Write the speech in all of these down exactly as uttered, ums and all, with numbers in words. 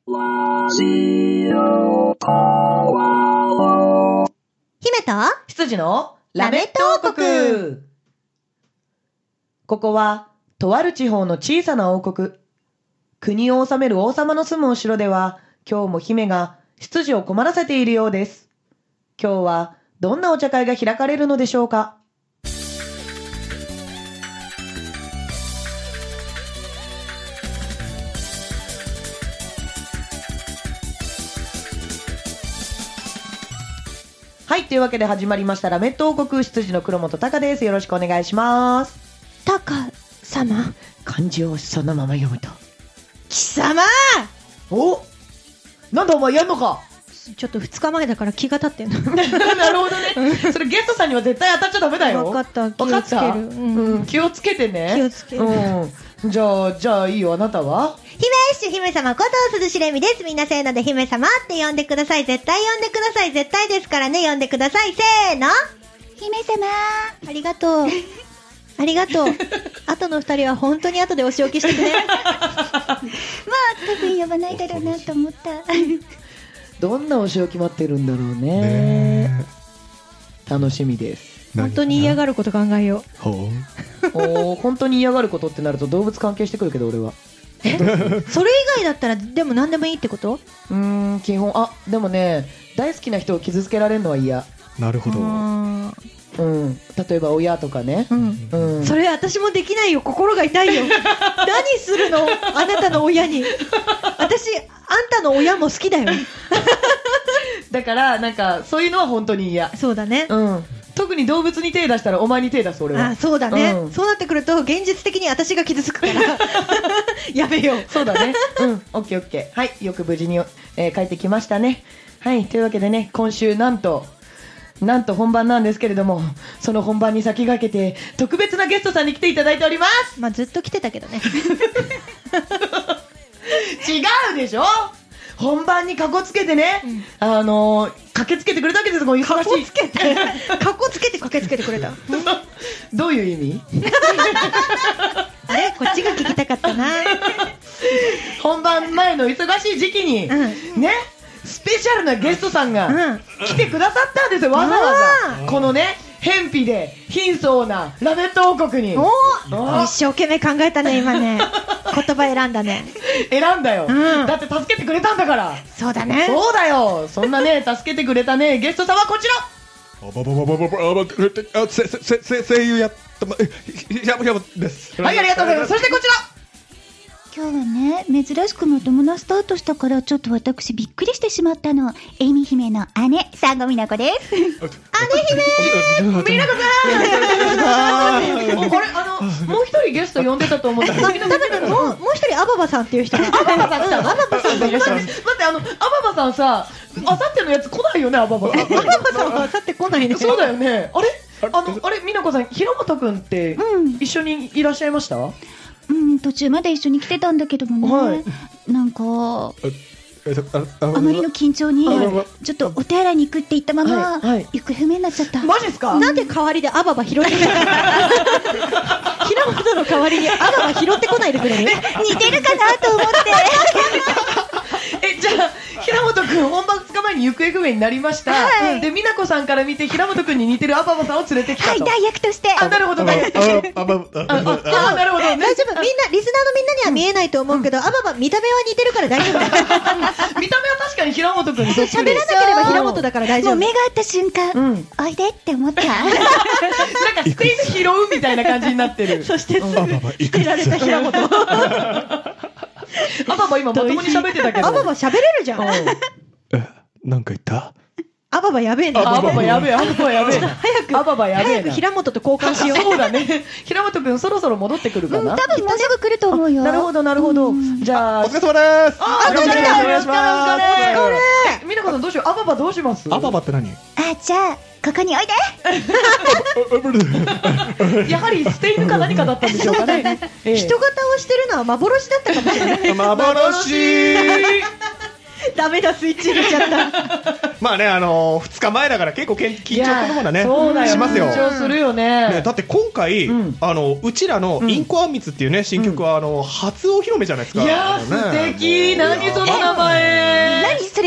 ラジオポアロ姫と羊のラメット王国。ここはとある地方の小さな王国。国を治める王様の住むお城では、今日も姫が羊を困らせているようです。今日はどんなお茶会が開かれるのでしょうか。はい、というわけで始まりましたラメット王国、羊の黒本隆です。よろしくお願いします。 タカ様、 漢字をそのまま読むと、 貴様。 お、なんだお前やんのか。 ちょっとふつかまえだから気が立ってんの。 なるほどね。それゲストさんには絶対当たっちゃダメだよ。 分かった、気分かった。 をつける、うんうん、気をつけてね。 気をつける、 うん、じゃあじゃあいいよ。あなたは姫主姫様こと鈴しれみです。みんなせーので姫様って呼んでください。絶対呼んでください。絶対ですからね、呼んでください。せーの、 姫様。ありがとう。ありがとう。後の二人は本当に後でお仕置きしてくれ。 まあ多分呼ばないだろうなと思った。 どんなお仕置き待ってるんだろうね。 ね楽しみです。 本当に嫌がること考えよう。 ほお本当に嫌がることってなると動物関係してくるけど、俺はえそれ以外だったらでも何でもいいってこと？ うーん、基本。あ、でもね、大好きな人を傷つけられるのは嫌。 う。なるほど。 あうん、例えば親とかね、 ー、うんうん、 それ私もできないよ。心が痛いよ。何するのあなたの親に。私あんたの親も好きだよ。 だからなんかそういうのは本当に嫌。 そうだね、 うん、特に動物に手出したらお前に手出す俺は。 あ、そうだね、 うん、 そうなってくると現実的に私が傷つくからやめよう。 そうだね。うん、オッケーオッケー。はい、よく無事に、えー、帰ってきましたね。はい、というわけでね、今週なんとなんと本番なんですけれども、その本番に先駆けて特別なゲストさんに来ていただいております。 まあずっと来てたけどね。 違うでしょ。本番にかこつけてね、うん、あのー、駆けつけてくれたわけです。こう忙しい。 かこつけてかこつけて駆けつけてくれた。 どういう意味？ あれ、こっちが聞きたかったな。 本番前の忙しい時期に、うん、ね、スペシャルなゲストさんが来てくださったんですよ、わざわざ。このね、偏僻で貧相なラメット王国に。 おお、一生懸命考えたね今ね。言葉選んだね。 選んだよ、うん、だって助けてくれたんだから。 そうだね。 そうだよ。そんなね、助けてくれたねゲストさんはこちら。 あばばばばばばば、せせせ声優やったまひやぶひやぶです。 はい、ありがとうございます。そしてこちら。 今日はね、珍しくまともなスタートしたからちょっと私びっくりしてしまったの。エイミ姫の姉、産後美奈子です。姉姫美奈子さん。あれ、あのもう一人ゲスト呼んでたと思うんだけど、多分もうもう一人アババさんっていう人が。アババさん来た。アババさんがいらっしゃる。 待って、あのアババさんさ、あさってのやつ来ないよね、アババさん。 アババさんはあさって来ないね。 そうだよね。あれ、あのあれ、美奈子さん、平本くんって一緒にいらっしゃいました？ うん、途中まで一緒に来てたんだけどもね、はい、なんかあまりの緊張にちょっとお手洗いに行くって言ったまま、はいはい、行方不明になっちゃった。 マジですか？ なんで代わりでアババ拾ってくれない平本の代わりにアババ拾ってこないでくれる？ 似てるかなと思ってえ、じゃあ平本くん本番ふつかまえに行方不明になりました、はい、で美奈子さんから見て平本くんに似てるアババさんを連れてきたと。 はい、代役として。 あ、なるほど、代役として。あ、なるほど、ね、 大丈夫。みんなリスナーのみんなには見えないと思うけど、うん、アババ見た目は似てるから大丈夫だ。 見た目は確かに平本くんにそっくり。 喋らなければ平本だから大丈夫。 もう目が合った瞬間、うん、おいでって思った。なんかステージ拾うみたいな感じになってる。 そして捨てられた平本。 アババ今まともに喋ってたけど。 アババ喋れるじゃん。 え、なんか言った？ アババやべえな。 アババやべえ、アババやべえ。 早く、 アババやべえ。 早く平本と交換しよう。 そうだね。平本くんそろそろ戻ってくるかな。 うん、多分もうすぐ来ると思うよ。 なるほどなるほど。じゃあお疲れ様です。 あ、お疲れ様です。お願いします。お疲れ。美奈子さんどうしよう。アババどうします？ アババって何？ あ、じゃあここにおいで。 やはり捨て犬か何かだったんでしょうかね。 人型をしてるのは幻だったかもしれない。 幻。 ダメだ、スイッチ入れちゃった。 まあね、あのー、ふつかまえだから結構緊張するものはね、 そうだよ、 しますよ。 緊張するよ ね, ね。だって今回、うん、あのうちらのインコあんみつっていうね新曲は、うん、あの初お披露目じゃないですか。 いやー、素敵。何その名前。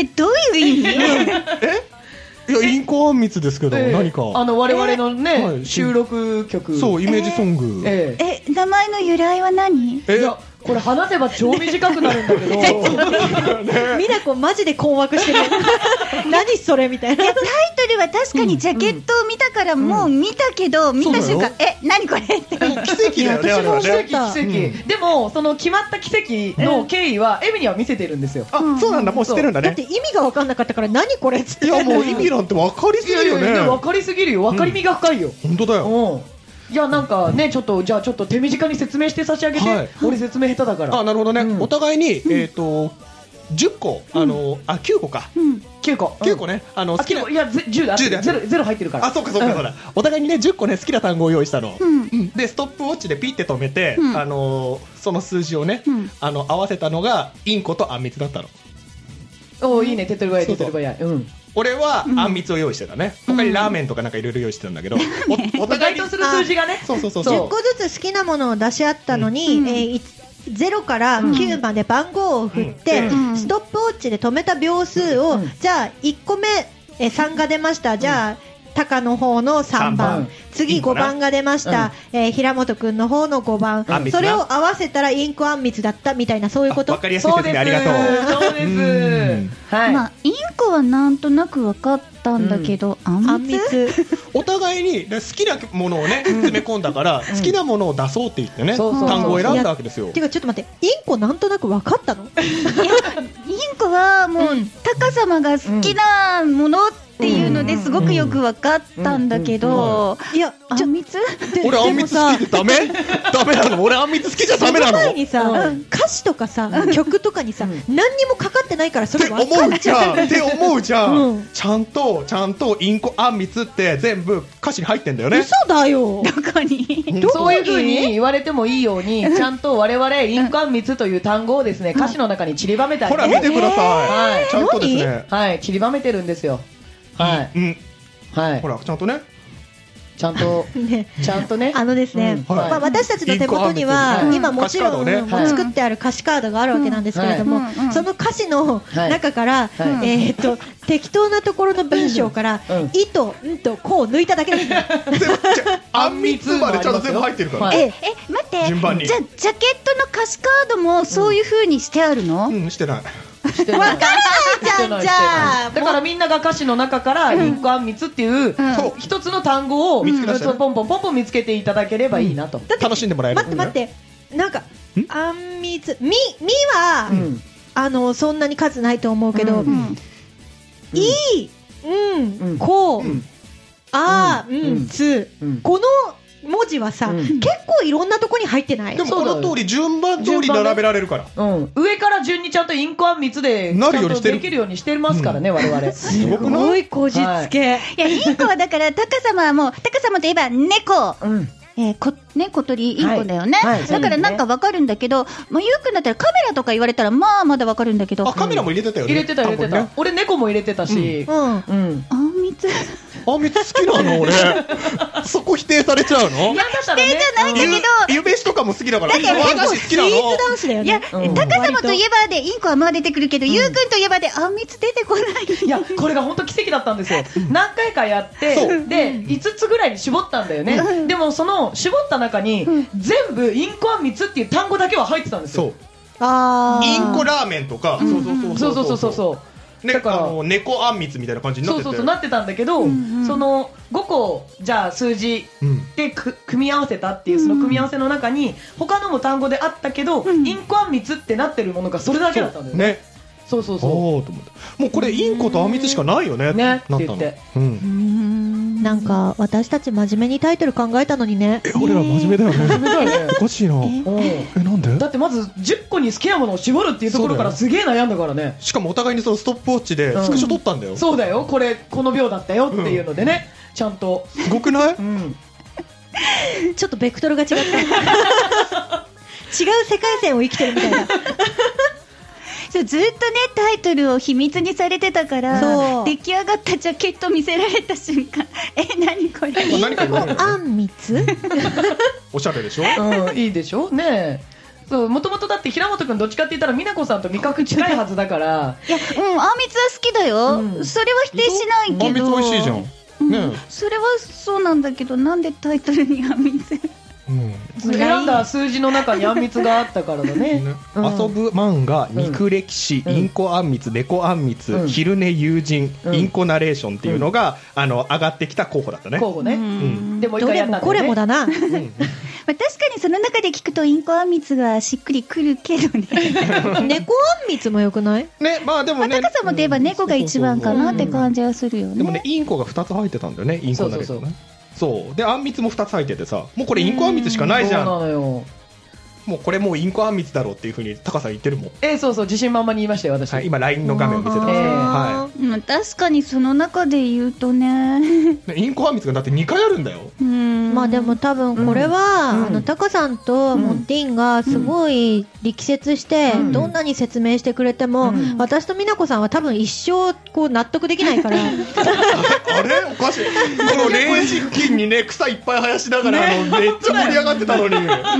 れどういう意味？ いやインコあんみつですけど、 えー何かあの我々のね、 はい収録曲。 そうイメージソング、 えええ、名前の由来は何？ えいやこれ話せば超短くなるんだけどみなこマジで困惑してる何それみたいな。 タイトルは確かにジャケットを見たからもう見たけど、見た瞬間え、何これって奇跡だよねあれは私もね奇跡奇跡、でもその決まった奇跡の経緯はエミには見せてるんですよ。 あそうなんだもう知ってるんだねだって意味が分かんなかったから何これっつっていやもう意味なんて分かりすぎるよねいやいや分かりすぎるよ、分かりみが深いよ。 本当だようんいやなんかねちょっとじゃあちょっと手短に説明して差し上げて、 はい俺説明下手だから。 あなるほどね、 うんお互いに、えっ、とじゅっこあの、あきゅうこかきゅうこきゅうこねあのあ好きなきゅうこいやぜじゅうだじゅうでゼロゼロ入ってるから。 あそうかそうかそうだ、お互いにねじゅっこね好きな単語を用意したの、 うんうんでストップウォッチでピッて止めて、 うんあのーその数字をね、 うんあの合わせたのがインコとあんみつだったの。 おおいいね手っ取り早い手そうそうっ取り早い。うん俺はうんあんみつを用意してたね、他にラーメンとかなんかいろいろ用意してたんだけど、おお互いに該当する数字がね。 そうそうそうそうそうじゅっこずつ好きなものを出し合ったのに、 うんえーいゼロからきゅうまで番号を振って、 うんストップウォッチで止めた秒数を、 うんじゃあいっこめ、えーさんが出ました。じゃあ、タカの方のさんばん、 さんばん次ごばんが出ました、えー平本くんの方のごばん、 あんみつなそれを合わせたらインコあんみつだったみたいな、そういうこと。 わかりやすいですね、ありがとう。 そうですうんはい、 まあインコはなんとなく分かったんだけど、ああんみんみつつ。 お互いに好きなものをね詰め込んだから、好きなものを出そうって言ってね、 そうそうそう単語を選んだわけですよ。 てかちょっと待って、インコなんとなく分かったの？ インコはもう、 うんタカ様が好きなものっていうのですごくよく分かったんだけど、 いや、 あんみつで俺あんみつ好きってダメダメなの俺あんみつ好きじゃダメなのその前にさ、 うん歌詞とかさ、曲とかにさ、 うん何にもかかってないからそれって分かっ思うじゃんって思うじゃん、 うんちゃんとちゃんとインコあんみつって全部歌詞に入ってんだよね。 嘘だよ。 どこにうんそういう風に言われてもいいように、ちゃんと我々インコあんみつという単語をですね、歌詞の中に散りばめてあほげて、 ら見てください、 はいちゃんとですね、 はい、散りばめてるんですよ。はい、 うん、 はいほ、らちゃんとねちゃんと、 ね、 ちゃんとね、 あのですね、 うんはいまあ、私たちの手元には、 インコあんみつ今もちろん、 歌詞カードをねもう作ってある歌詞カードがあるわけなんですけれども、 うんうんその歌詞の中から、 はいえーっと適当なところの文章からうん 「い」と「ん」と「こ」を抜いただけです。 あんみつまでちゃんと全部入ってるから、 はいええ待って順番にじゃあジャケットの歌詞カードもそういう風にしてあるの、 うんしてないしてないじゃんじゃあだからみんなが歌詞の中からインコあんみつっていうそう一つの単語を見つけ出したねポンポンポンポン見つけていただければいいなと。 楽しんでもらえる待って待って、なんかあんみつみみは、 うんあのそんなに数ないと思うけど、 うんうんいい、うん、 うんこう、 うんあー、 ううんん、つ、 うんこの文字はさ、 うん結構いろんなとこに入ってない？ でもこの通り順番通り並べられるからうん、上から順にちゃんとインコあんみつでちゃなるようんにしてるとできるようにしてますからね、我々。 すすごくないごいこじつけ。 いやインコはだからタカ様はもうタカ様といえば猫、 うんえー、こね小鳥インコだよね、 はいはいだからなんかわかるんだけど、まあ、ゆうくんだったらカメラとか言われたらまあまだわかるんだけど、 あカメラも入れてたよね入れてた入れてた、 単語にね俺猫も入れてたし、 うん、 うんあんみつあんみつ好きなの俺そこ否定されちゃうのいやだったらね、 ないんだけどゆゆべしとかも好きだから和結構菓子好きなスイーツの男子だよいや、 ね。 うんタカ様といえばでインコはまあ出てくるけど、ゆうくんといえばであんみつ出てこないいやこれが本当奇跡だったんですよ。何回かやってそうでいつつぐらいに絞ったんだよね、でもその絞った中に全部インコあんみつっていう単語だけは入ってたんですよ。 そうあーインコラーメンとかそうそうそうそうそうそうそうねだからあの猫あんみつみたいな感じになっててそうそうそうなってたんだけど、そのごこじゃあ数字うんでく組み合わせたっていうその組み合わせの中に他のも単語であったけど、インコあんみつってなってるものがそれだけだったんだよね。 ねそうそうそおおと思ってもうこれインコとあんみつしかないよねねなったのって言ってうんなんか私たち真面目にタイトル考えたのにね。 え俺ら真面目だよねう。だよねおかしいなうんえなんでだってまずじゅっこに好きなものを絞るっていうところからすげえ悩んだからね。 しかもお互いにそのストップウォッチでスクショ撮ったんだよすそうだよこれこの秒だったよっていうのでね、ちゃんと、 ごくないうん、 ちょっとベクトルが違った。違う世界線を生きてるみたいな。 そうずっとねタイトルを秘密にされてたからそう出来上がったジャケット見せられた瞬間え何これ何か言われるよねあんみつ？ おしゃれでしょうん、いいでしょねえそう、もともとだって平本くんどっちかって言ったら美奈子さんと味覚近いはずだから。 いや、うん、あんみつは好きだよ、うん、それは否定しないけど。 あんみつ美味しいじゃん、ね、 うん、それはそうなんだけど、なんでタイトルにあんみつうん、 選んだ数字の中にあんみつがあったからだね。 ね、 うん、 遊ぶ漫画、肉歴史、インコあんみつ、猫あんみつ、昼寝友人、インコナレーションっていうのが、うん、あの上がってきた候補だったね。 候補ね。うん、でも一回やったんだね。 これもだな。うん、 まあ、確かにその中で聞くとインコあんみつがしっくりくるけどね。 猫あんみつもよくない？ ね、まあでもね。 高さもといえば猫が一番かなって感じはするよね。 でもね、インコがふたつ入ってたんだよね、インコナレーションね。そうで、あんみつもふたつ入っててさ、もうこれインコあんみつしかないじゃん。 そうなのよ。 もうこれもうインコあんみつだろうっていう風に高さん言ってるもん。 えー、そうそう、自信満々に言いましたよ私、 はい、今 ライン の画面を見せてますけど、はい、 うん、確かにその中で言うとね、 インコあんみつがだってにかいあるんだよ。 うん、まあでも多分これは、うん、あのタカさんとモッティンがすごい力説して、うん、どんなに説明してくれても、うん、私と美奈子さんは多分一生こう納得できないからあれおかしい、このレージ付近にね草いっぱい生やしながら、ね、あのめっちゃ盛り上がってたのに、 うん、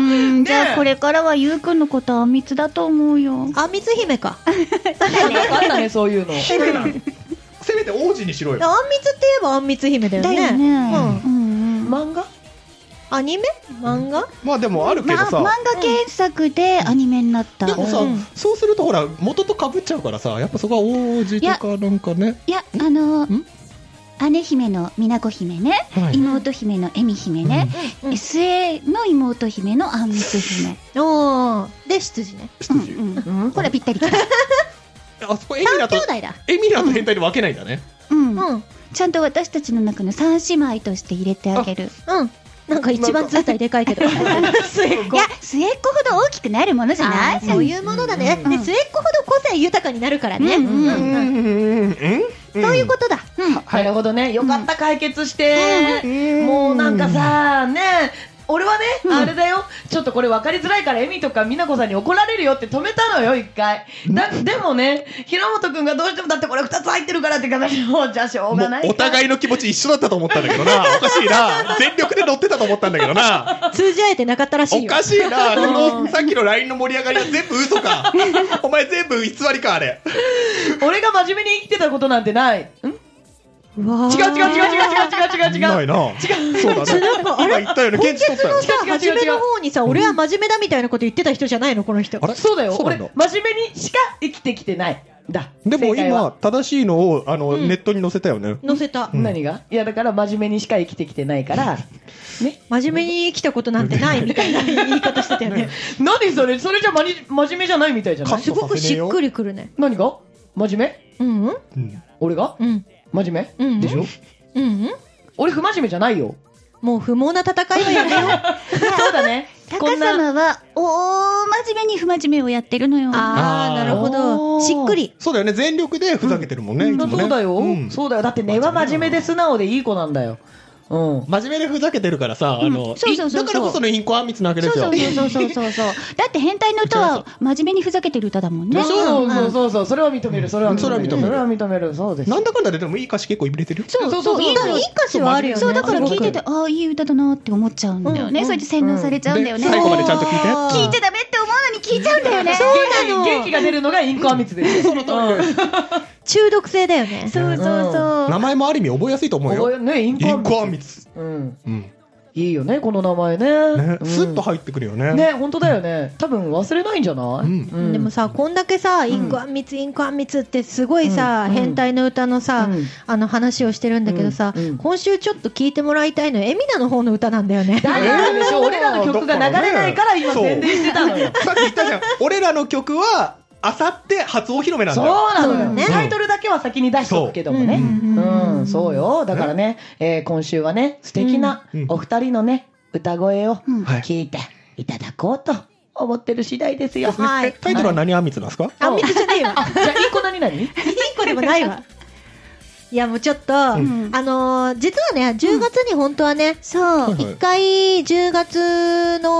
じゃあこれからはゆうくんのことはあんみつだと思うよ。 あんみつ姫か。 なんかあったね、そういうの。 姫なの。せめて王子にしろよ。 あんみつって言えばあんみつ姫だよね。 だよね。うんうん、漫画？アニメ？漫画？ まあでもあるけどさ。 ま、漫画原作でアニメになった。 でもさ、 うん、 そうするとほら元と被っちゃうからさ、やっぱそこは王子とかなんかね。 いや、あのー。姉姫の美奈子姫ね、はい、妹姫の恵美姫ね、うんうん、末の妹姫のあんみつ姫、 おーで執事ね、 執事、 うんうんうん、これはぴったりきた。 あそこエミナとエミナと変態で分けないんだね、 うんうんうん、ちゃんと私たちの中の三姉妹として入れてあげる。 うん、なんか一番図体でかいけど。いや、 末っ子ほど大きくなるものじゃない？ そういうものだね。 うん、 で末っ子ほど個性豊かになるからね。そういうことだ。 うん、なるほどね。よかった、解決して。うん、もうなんかさ、ね、俺はね、うん、あれだよ。ちょっとこれ分かりづらいからエミとか美奈子さんに怒られるよって止めたのよ、一回。だでもね、平本くんがどうしてもだってこれふたつ入ってるからって形で、もうじゃあしょうがないか。 お互いの気持ち一緒だったと思ったんだけどな。おかしいな。全力で乗ってたと思ったんだけどな。 通じ合えてなかったらしいよ。 おかしいな。そのさっきの ライン の盛り上がりは全部嘘か。お前全部偽りか、あれ。 俺が真面目に生きてたことなんてない。んうわ違う違う違う違う違う違う違う違うないな。 違う。 そうだね。今言ったよね。現地取ったよ。 今月のさ、初めの方にさ、俺は真面目だみたいなこと言ってた人じゃないの、この人。 あれそうだよ。俺、真面目にしか生きてきてない。だ。 でも今、正しいのを、あの、 うん、 ネットに載せたよね。 載せた。 うん、何が？いや、だから真面目にしか生きてきてないから、 ね。真面目に生きたことなんてないみたいな言い方してたよね。 何それ？それじゃまじ真面目じゃないみたいじゃない？ すごくしっくりくるね。 何が？真面目？ うんうん。 俺が？ うん。 真面目？ うん。 でしょ？ うんうん。 俺不真面目じゃないよ。 もう不毛な戦いはやめよう。 そうだね。 高様は大真面目に不真面目をやってるのよ。 ああ、なるほど。しっくり。 そうだよね。全力でふざけてるもんね。 うん、いつもねそうだよ、うん。そうだよ。だって根は真面目で素直でいい子なんだよ。うん、 真面目でふざけてるからさ、あの、だからこそのインコあんみつなわけですよ。 そうそうそうそうそう。だって変態の歌は真面目にふざけてる歌だもんね。 そうそうそうそう。それは認める。それは認める。 それは認める。 それは認める。そうです。 なんだかんだででもいい歌詞結構入れてる。 そうそうそう。いい歌詞はあるよね。 そうだから聞いてて、ああいい歌だなって思っちゃうんだよね。それで洗脳されちゃうんだよね。 最後までちゃんと聞いて。 聞いちゃダメって思うのに聞いちゃうんだよね。 そうなの。 元気が出るのがインコあんみつです。その通り。 中毒性だよね。 そうそうそう。 名前もある意味覚えやすいと思うよ。 覚えね、インコあんみつ。 うん。うん。いいよね、この名前ね。 ね、スッと入ってくるよね。 ね、本当だよね。多分忘れないんじゃない？ でもさ、こんだけさ、インコあんみつ、インコあんみつってすごいさ、変態の歌のさ、あの話をしてるんだけどさ、今週ちょっと聞いてもらいたいのエミナの方の歌なんだよね。 だからでしょ、俺らの曲が流れないから今宣伝してたのよ。 さっき言ったじゃん。俺らの曲は、あさって初お披露目なんだよ。そうなのよね。タイトルだけは先に出しとくけどもね。うん、そうよ。だからね、今週はね、素敵なお二人のね、歌声を聞いていただこうと思ってる次第ですよ。 はい。 タイトルは何あんみつなんですか？ あんみつじゃねえよ。 じゃあ、インコ何何？インコでもないわ。いやもうちょっと、あの実はね、じゅうがつに本当はね、そう、一回じゅうがつの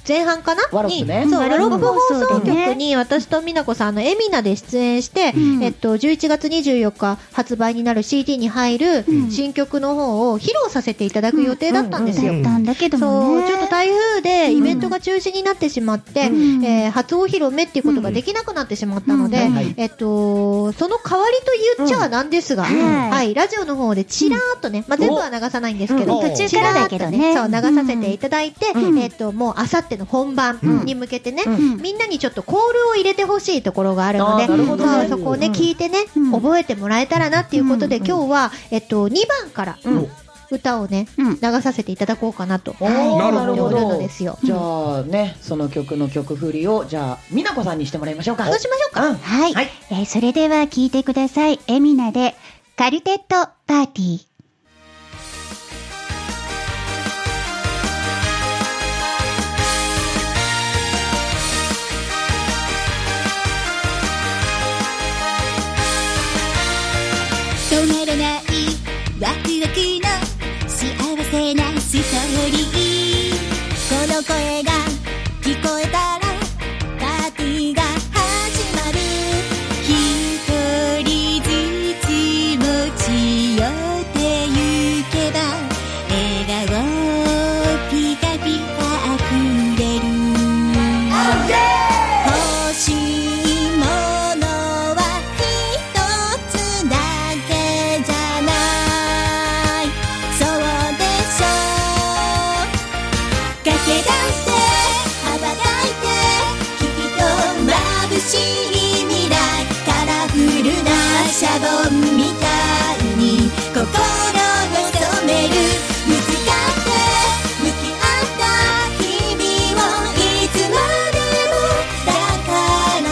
前半かなワロップねにそうワロップ放送でね局に私と美奈子さんのエミナで出演して、 うんえっと、じゅういちがつにじゅうよっか発売になる シーディー に入る新曲の方を披露させていただく予定だったんですよ。 だったんだけどもね。 そうちょっと台風でイベントが中止になってしまって、 うんえー初お披露目っていうことができなくなってしまったので、 うんはいえっと、その代わりと言っちゃなんですが、 うんはい、ラジオの方でちらーっとね、まあ、全部は流さないんですけど、 うん途中からだけどねちらーっとそう流させていただいて、 うんえっと、もうあさっての本番に向けてね、 うんみんなにちょっとコールを入れてほしいところがあるので、 あーなるほどねそうそこをね、 うん聞いてね、 うん覚えてもらえたらなっていうことで、 うん今日は、えっと、にばんからうん歌をね、 うん流させていただこうかなとおーはいなるほ思っておるのどですよ。 じゃあねその曲の曲振りをじゃあ美奈子さんにしてもらいましょうか。 そうしましょうか。 うんはい、 はいえーそれでは聞いてください。エミナでカルテットパーティー。 止まらないワクワクの幸せなストーリー、この声が聞こえたらパーティーが始まる。一人ずつ持ち寄ってゆけば笑顔ピカピカあふれる。欲しいものは一つだけじゃない、そうでしょう。駆け出して羽ばたいてきっと眩しい未来、カラフルなシャボンみたいに心を染める。ぶつかって向き合った日々をいつまでもだから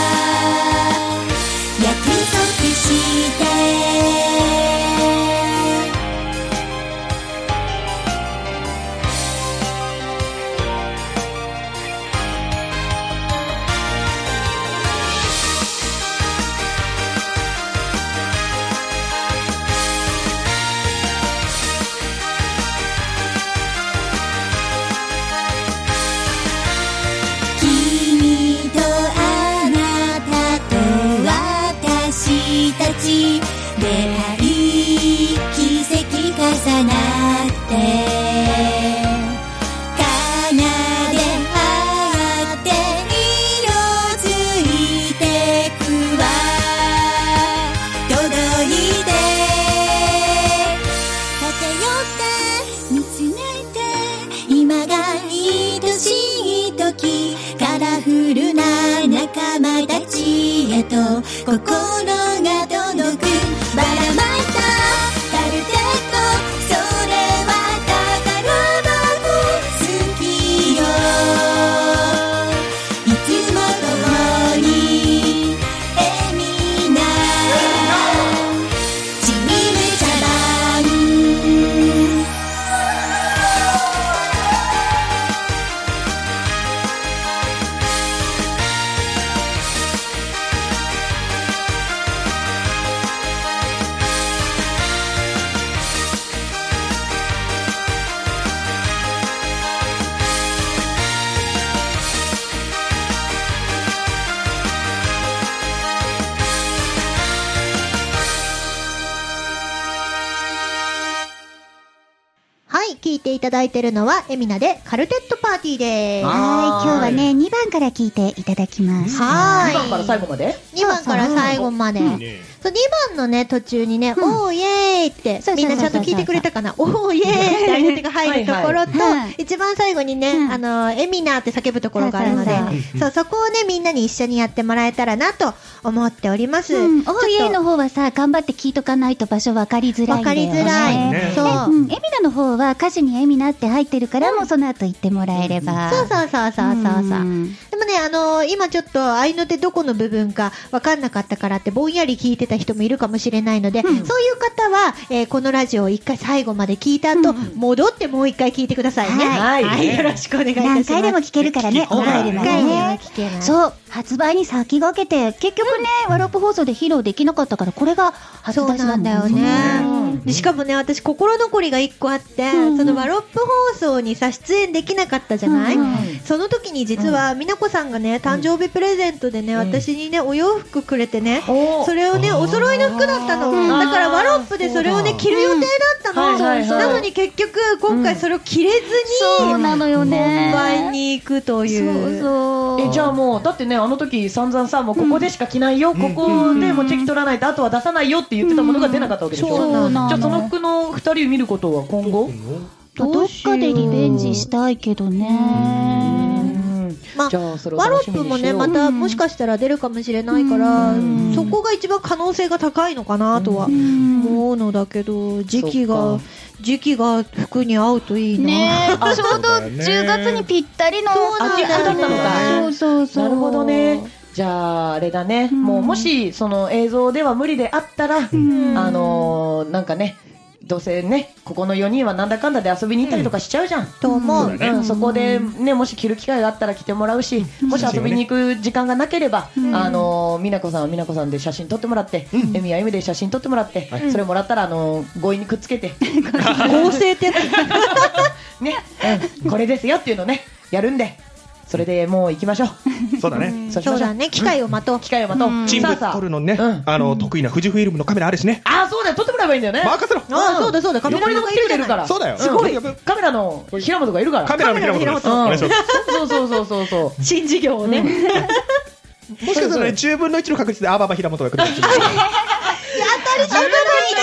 約束して君とあなたと私たち出会い奇跡重なって奏で合って色づいてくわ。届いて駆け寄って見つめて今が愛しい時、カラフルな仲間たちへと心が届く。ばらまいたカルテット、それは宝箱好きよ。いつも共にエミナチームチャラン。 はい、聞いていただいてるのはエミナでカルテットパーティーでーす。 はい、今日はね、にばんから聞いていただきました。 はにばんから最後までにばんから最後まで。 いいね。 そうにばんのね、途中にね、おーイエーイってそうそうそうそう、 みんなちゃんと聞いてくれたかな、おーイエーイって相手が入るところとはいはい、 一番最後にね、 うんあの、エミナーって叫ぶところがあるのでそうそう、 そう、そこをね、みんなに一緒にやってもらえたらなと思っております。 うん、 ちょっオーイエーの方はさ、頑張って聞いとかないと場所分かりづらいんだよね。 わかりづらいねそう。 うん、エミナの方は歌詞にエミナって入ってるから、もうその後言ってもらえれば。 そうそうそうそうそうそう。 んでもね、 ね、あのー、今ちょっと合いの手どこの部分か分かんなかったからってぼんやり聞いてた人もいるかもしれないので、うん、そういう方は、えー、このラジオを一回最後まで聞いた後、うん、戻ってもう一回聞いてくださいね。 はい、はい、 よろしくお願いいたします。 何回でも聞けるからね、覚えるまでね。そう、発売に先駆けて結局ね、うん、ワロップ放送で披露できなかったからこれが発売したんだよね。 でしかもね、私心残りが一個あって、うん、そのワロップ放送にさ出演できなかったじゃない、うん、その時に実は美奈子さんがね、誕生日プレゼントでね、うん、私にねお洋服くれてね、うん、それをねお揃いの服だったの。だからワロップでそれをね着る予定だったの。 はいはいはい、 なのに結局今回それを着れずに、 うん、そうなのよね、 本番に行くという。 そうそう。 えじゃあもうだってね、あの時散々さ、もうここでしか着ないよ、うん、ここでもチェキ取らないとあとは出さないよって言ってたものが出なかったわけでしょ。 そうなの。 じゃあその服のふたり見ることは今後どっかでリベンジしたいけどね。 まあ、ワロップもねまたもしかしたら出るかもしれないから、そこが一番可能性が高いのかなとは思うのだけど、時期が時期が服に合うといいな、 ね、ちょうどじゅうがつにぴったりの秋服だったのか。 そうそうそう。 なるほどね。じゃああれだね、うん、もうもしその映像では無理であったら、うん、あのー、なんかね、どうせねここのよにんはなんだかんだで遊びに行ったりとかしちゃうじゃん、うん、と思う、うんうん、そこでねもし着る機会があったら着てもらうし、うん、もし遊びに行く時間がなければ、うん、あのー、美奈子さんは美奈子さんで写真撮ってもらって、うん、エミはエミで写真撮ってもらって、うん、それもらったらあのー、強引にくっつけて合成ってやつね、うん、これですよっていうのをねやるんで、それでもう行きましょう。 そうだね。 そうだね。機械を待とう。 機械を待とう。 チーム撮るのね、あの得意な富士フイルムのカメラあるしね。 ああそうだよ、撮ってもらえばいいんだよね。 任せろ。 ああそうだそうだ。カメラのがいるから。 そうだよ。 すごい。カメラの平本がいるから。 カメラの平本です。 そうそうそうそうそう。 新事業をね。 もしかしたらじゅうぶんのいちの確率でアババ平本が来るかもしれない。 当たりじゃない。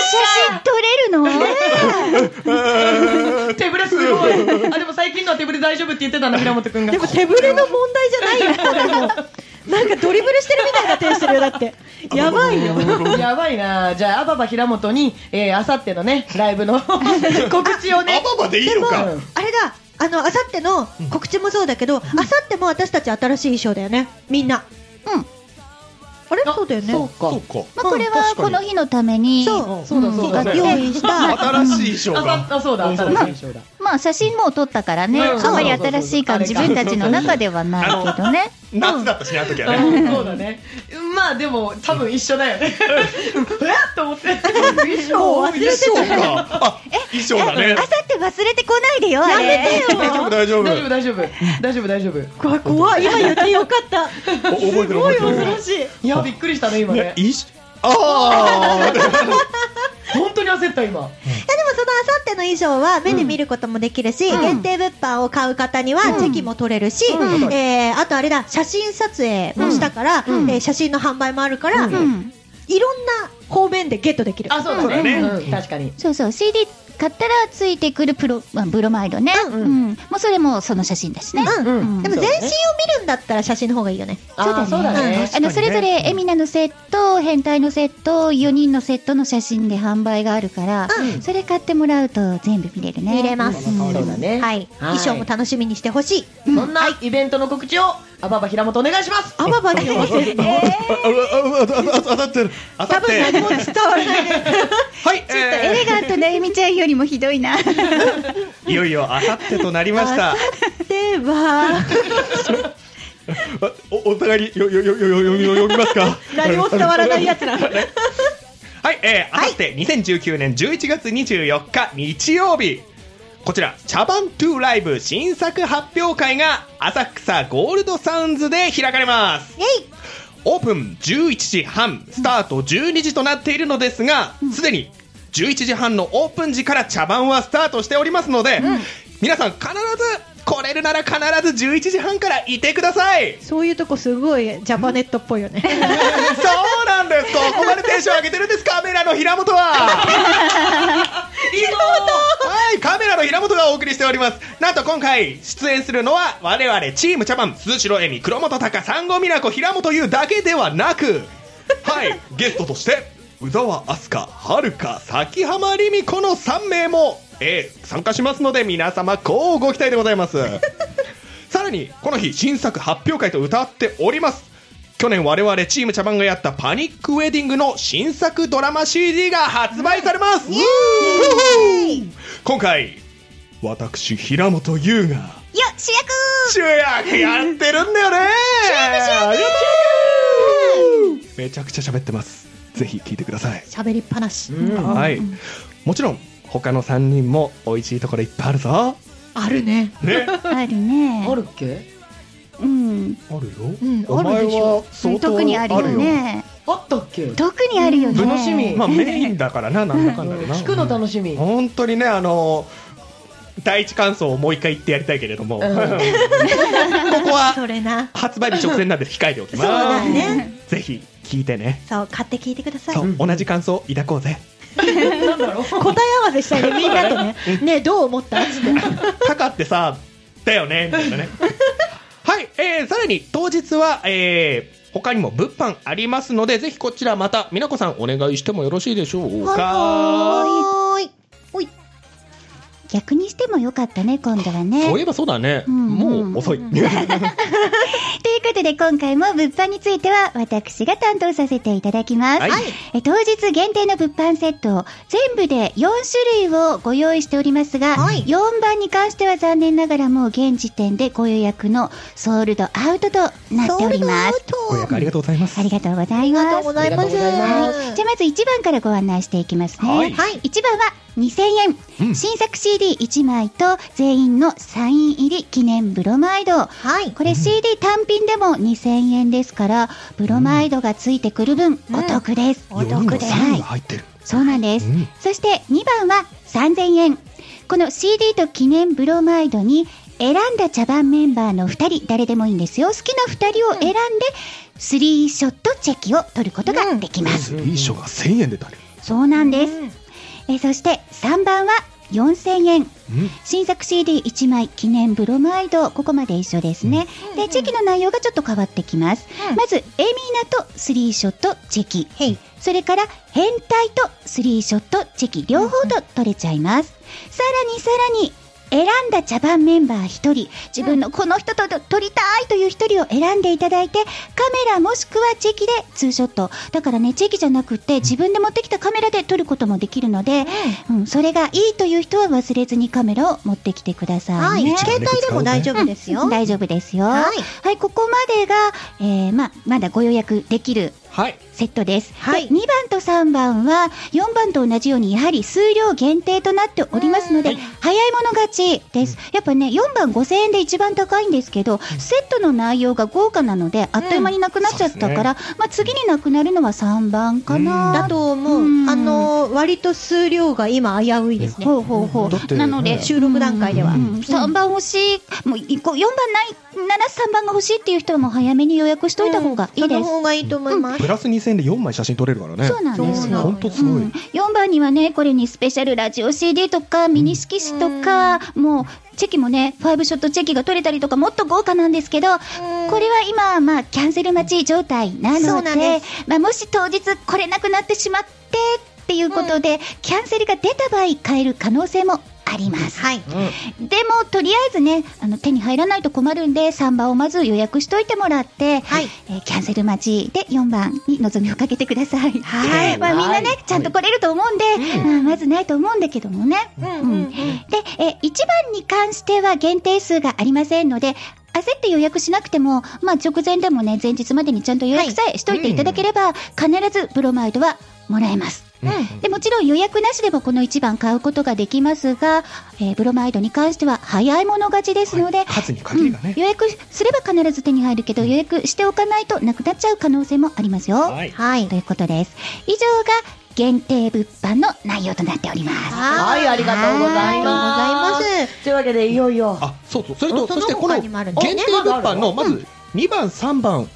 写真撮れるの？ 手ぶれすごい。あでも最近のは手ぶれ大丈夫って言ってたの平本くんが。 でも手ぶれの問題じゃないよこれも。なんかドリブルしてるみたいな手してるよだって。やばいよ。 やばいな。じゃあアババ平本にあさってのねライブの告知をね。 アババでいいのか。 あれだ。あのあさっての告知もそうだけど、あさっても私たち新しい衣装だよね。みんな。うん。あれそうだよね。 そうか。 まあこれはこの日のためにそうそうだそうだ用意した新しい衣装が。 あそうだ新しい衣装だ。 まあ写真も撮ったからね、あんまり新しい感じ自分たちの中ではないけどね。 夏だったしねあの時はね。 そうだね。まあでも多分一緒だよね。えっと思って衣装忘れてたか。あ衣装だね。 あさって忘れてこないでよ。 やめてよ。 大丈夫大丈夫大丈夫大丈夫大丈夫大丈夫。 怖い怖い今言ってよかった。 覚えてる覚えてる。 恐ろしい。 いやびっくりしたね今ね。 ああ。 本当に焦った今。 いやでもそのあさっての衣装は目で見ることもできるし、限定物販を買う方にはチェキも取れるし、えー、あとあれだ写真撮影もしたから、えー、写真の販売もあるから、いろんな方面でゲットできる。 あそうだね、うん、確かに。 そうそう シーディー 買ったらついてくるプロ、まあ、ブロマイドね、うんうん、もうそれもその写真だしね、 うんうん、でも全身を見るんだったら写真の方がいいよね。 そうだね。そうだね。 あのそれぞれエミナのセット、変態のセット、よにんのセットの写真で販売があるから、うん、それ買ってもらうと全部見れるね。 見れます、うん、 そうだね、 はい、衣装も楽しみにしてほしい、 うん、そんなイベントの告知をアババ平本お願いします。 アババに合わせるの当たってる多分何も伝わらない。 はい、 ちょっとエレガントなエミちゃんよりもひどいな。 いよいよあさってとなりました。 ではお, お互いによよよよよよ読みますか。 何も伝わらないやつら。 はい、えー、あさってにせんじゅうきゅうねんじゅういちがつにじゅうよっか日曜日、こちら茶番トゥーライブ新作発表会が浅草ゴールドサウンズで開かれます。オープンじゅういちじはん、スタートじゅうにじとなっているのですが、すでにじゅういちじはんのオープン時から茶番はスタートしておりますので、うん、皆さん必ず来れるなら必ずじゅういちじはんからいてください。 そういうとこすごいジャパネットっぽいよね。 そうなんです。ここまでテンション上げてるんです。カメラの平本は平本、はい、カメラの平本がお送りしております。なんと今回出演するのは我々チーム茶番鈴代恵美、黒本隆、産後美奈子、平本優だけではなく、はいゲストとして宇沢明日香、遥か、崎浜リミ子のさんめいも、えー、参加しますので皆様こうご期待でございます。ささらにこの日新作発表会と歌っております。去年我々チーム茶番がやったパニックウェディングの新作ドラマ シーディー が発売されます。イエーイ。今回私平本優がよ主役主役やってるんだよね。主役めちゃくちゃ喋ってます。ぜひ聞いてください。 喋りっぱなし、 うん、はい、もちろん他のさんにんも美味しいところいっぱいあるぞ。 あるね。 ねあるね。 あるっけ？ うん。 あるよ。 うん、 お前は相当特にあるよね。 あったっけ？ 特にあるよね。 楽しみ。 まあメインだからな、なんだかんだでな。 聞くの楽しみ。 本当にね、あの第一感想をもう一回言ってやりたいけれども、うん、ここはそれな発売日直前なんで控えておきます。 そうだね。 ぜひ聞いてね。 そう買って聞いてください。 そう、うん、同じ感想抱こうぜ。 なんだろう。 答え合わせしたいね、みんなとね。ねえどう思ったって。 タカってさだよねみたいなね。はい、えー、さらに当日は、えー、他にも物販ありますので、ぜひこちらまた美奈子さんお願いしてもよろしいでしょうか。 はーい。おい。 逆にしてもよかったね、今度はね。 そういえばそうだね、うんうん、もう遅い。ということで今回も物販については私が担当させていただきます、はい、え当日限定の物販セット全部でよん種類をご用意しておりますが、はい、よんばんに関しては残念ながらもう現時点でご予約のソールドアウトとなっております。 ご予約ありがとうございます。 ありがとうございます。 ありがとうございます。 はい、じゃあまずいちばんからご案内していきますね。 はい、 いちばんはにせんえん、うん、新作 シーディーいち 枚と全員のサイン入り記念ブロマイド、はい、これ シーディー 単品でもにせんえんですからブロマイドがついてくる分、うん、お得です、 うん、お得です。 はい、入ってる。 そうなんです、うん、そしてにばんはさんぜんえん、この シーディー と記念ブロマイドに選んだ茶番メンバーのふたり、誰でもいいんですよ、好きなふたりを選んで、うん、スリーショットチェキを取ることができます、 うん、スリーショがせんえんで取れる。 そうなんです、うん、えそしてさんばんはよんせんえん、うん、新作 シーディーいち 枚記念ブロマイド、ここまで一緒ですね、うん、でチェキの内容がちょっと変わってきます、うん、まずエミナとスリーショットチェキ、うん、それから変態とスリーショットチェキ両方と取れちゃいます、うん、さらにさらに選んだ茶番メンバーひとり、自分のこの人と撮りたいというひとりを選んでいただいて、カメラもしくはチェキでツーショット、だからねチェキじゃなくって自分で持ってきたカメラで撮ることもできるので、うんうん、それがいいという人は忘れずにカメラを持ってきてくださいね。 はい、携帯でも大丈夫ですよ、 うん、大丈夫ですよ。はい、はい、ここまでが、えーま、まだご予約できるセットです、はい、でにばんとさんばんはよんばんと同じようにやはり数量限定となっておりますので、はい、早い者勝ちです、うん、やっぱねよんばんごせんえんで一番高いんですけど、うん、セットの内容が豪華なのであっという間になくなっちゃったから、うんね、まあ、次になくなるのはさんばんかな、 うん、だと思う、うん、あの割と数量が今危ういですね、 ほうほうほう、なので収録段階では、うんうん、 さんばん欲しい、もうよんばんないならさんばんが欲しいっていう人はもう早めに予約しといた方がいいです、うん、 その方がいいと思います、うん、 プラスにせんえんでよんまい写真撮れるからね。 そうなんですよ、 本当すごい、うん、 よんばんにはねこれにスペシャルラジオ シーディー とかミニ色紙とか、うん、もうチェキもねファイブショットチェキが取れたりとかもっと豪華なんですけど、うん、これは今まあキャンセル待ち状態なの で, でまあ、もし当日来れなくなってしまってっていうことで、うん、キャンセルが出た場合買える可能性もあります、はい、うん、でもとりあえずねあの手に入らないと困るんでさんばんをまず予約しといてもらって、はい、えー、キャンセル待ちでよんばんに望みをかけてください、はい、まあ、みんなね、はい、ちゃんと来れると思うんで、はい、まあ、まずないと思うんだけどもね、うんうんうん、で、えいちばんに関しては限定数がありませんので焦って予約しなくても、まあ、直前でもね前日までにちゃんと予約さえしといていただければ、はい、必ずブロマイドはもらえます、うん、でもちろん予約なしでもこのいちばん買うことができますが、えー、ブロマイドに関しては早い者勝ちですので、はい、 数に限りがね、 うん、予約すれば必ず手に入るけど、うん、予約しておかないとなくなっちゃう可能性もありますよ、はい、はい、ということです。以上が限定物販の内容となっております。 はい、ありがとうございます。というわけでいよいよ、 あ、そうそう、それとそしてこの限定物販のまずにばんさんばん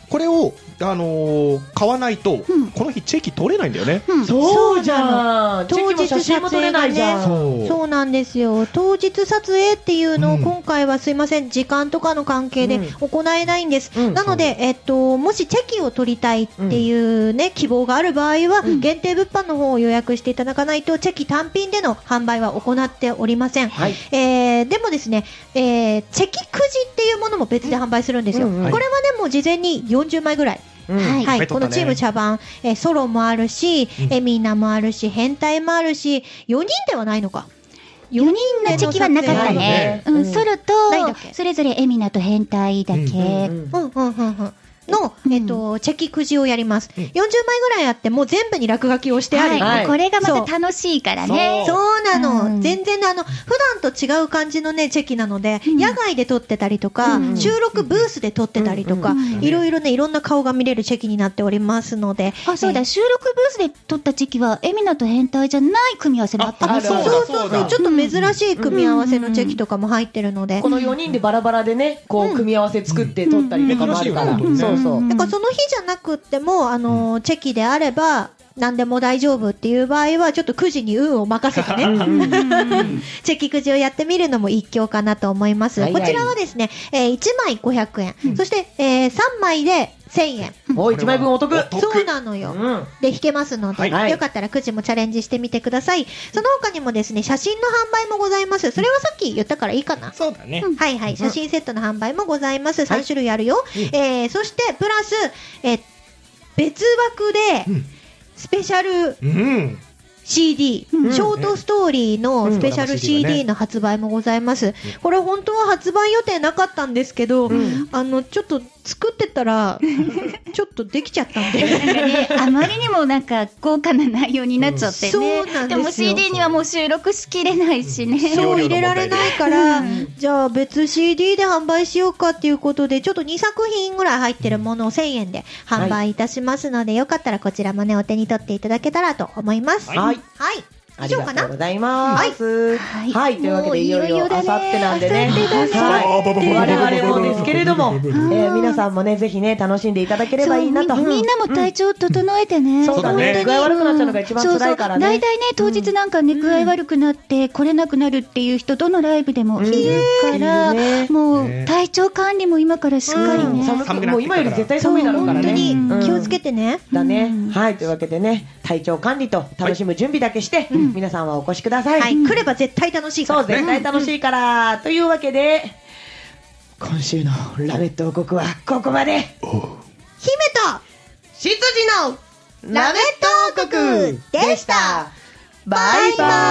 これを、あのー買わないと、 うんこの日チェキ取れないんだよね。 うんそうじゃん。チェ当日キも写真も撮れないじゃん。 そうそうなんですよ。当日撮影っていうのをうん今回はすいません、時間とかの関係でうん行えないんです。 うんなので、えっと、もしチェキを取りたいっていうね、希望がある場合は、 うん限定物販の方を予約していただかないと、チェキ単品での販売は行っておりません。 はい。 えーでもですね、えーチェキくじっていうものも別で販売するんですよ。 うんうんこれはね、もう事前によんじゅうまいぐらい。 うんはいはい、 いっぱい取ったねこのチーム茶番、えーソロもあるし、 うんエミナもあるし、変態もあるし、よにんではないのか。 よにんのチェキはなかったね。 ないねうん、ソロないんだっけと、それぞれエミナと変態だけ。 うんうんうんうんうんうん。の、 うんえっと、チェキくじをやります。 うんよんじゅうまいぐらいあって、もう全部に落書きをしてあり。 はいはい、これがまた楽しいからね。 そうなの、 うん全然あの普段と違う感じのねチェキなので、 うん野外で撮ってたりとか、 うん収録ブースで撮ってたりとか、 うんいろいろねいろんな顔が見れるチェキになっておりますので、 あ、そうだ、 えー収録ブースで撮った時期は、エミナと変態じゃない組み合わせもあったあね。 そうだそうそうそうだそうちょっと珍しい組み合わせのチェキとかも入ってるので、 このよにんでバラバラでね、こう、組み合わせ作って撮ったりとかもあるから。 うんうんそうそう。 だからその日じゃなくっても、あのーチェキであれば何でも大丈夫っていう場合はちょっとくじに運を任せてねチェキくじをやってみるのも一興かなと思います。 はいはいこちらはですね、えーいちまいごひゃくえん、そして、えーさんまいでせんえん。 お、いちまいぶんお得。 お得そうなのよ。 うん。 で、引けますので、 はいよかったらくじもチャレンジしてみてください。その他にもですね、写真の販売もございます。それはさっき言ったからいいかな。 そうだね。 はいはい、写真セットの販売もございます。さん種類あるよ。えーそして、プラス、えー別枠でうん、 スペシャルうん。 シーディー、 うんショートストーリーのスペシャルうんシーディー の発売もございます。これ本当は発売予定なかったんですけど、 んあの、ちょっと作ってたら、ちょっとできちゃったんで。 なんかね、あまりにもなんか豪華な内容になっちゃってね。 そうなんですよでも シーディー にはもう収録しきれないしね。 そう入れられないから、 うんじゃあ別 シーディー で販売しようかっていうことで、ちょっとにさく品ぐらい入ってるものをせんえんで販売いたしますので、よかったらこちらもね、お手に取っていただけたらと思います。 はい。 はい。 あ以上かなりがとうございます。 はいはい。というわけで、いよいよあもういよいよだねさってなんでね。 明後日だねはい。我々もですけれども、えー皆さんもね、ぜひね、楽しんでいただければいいなと。 そうみみんなも体調整えてね。 そうだね。具合悪くなっちゃうのが一番辛いからね。 大体ね、当日なんかね、具合悪くなって来れなくなるっていう人、どのライブでもいるから、 うんいるねもうね体調管理も今からしっかりうんね。 寒くもう今より絶対寒いだろうからね。 本当にうん気をつけてね。 だねうん。 はい。というわけでね、体調管理と楽しむ準備だけして、皆さんはお越しください。 はい。来れば絶対楽しいかそう、 ら。 絶対楽しいから。というわけで、今週のラメット王国はここまで。 姫と執事のラメット王国でした。バイ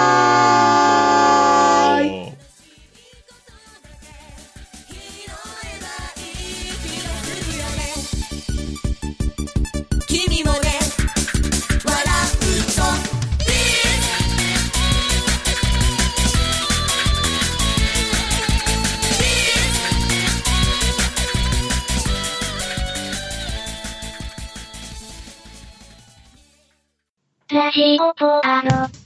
バーイ。 君もね笑うとラジオポアロ。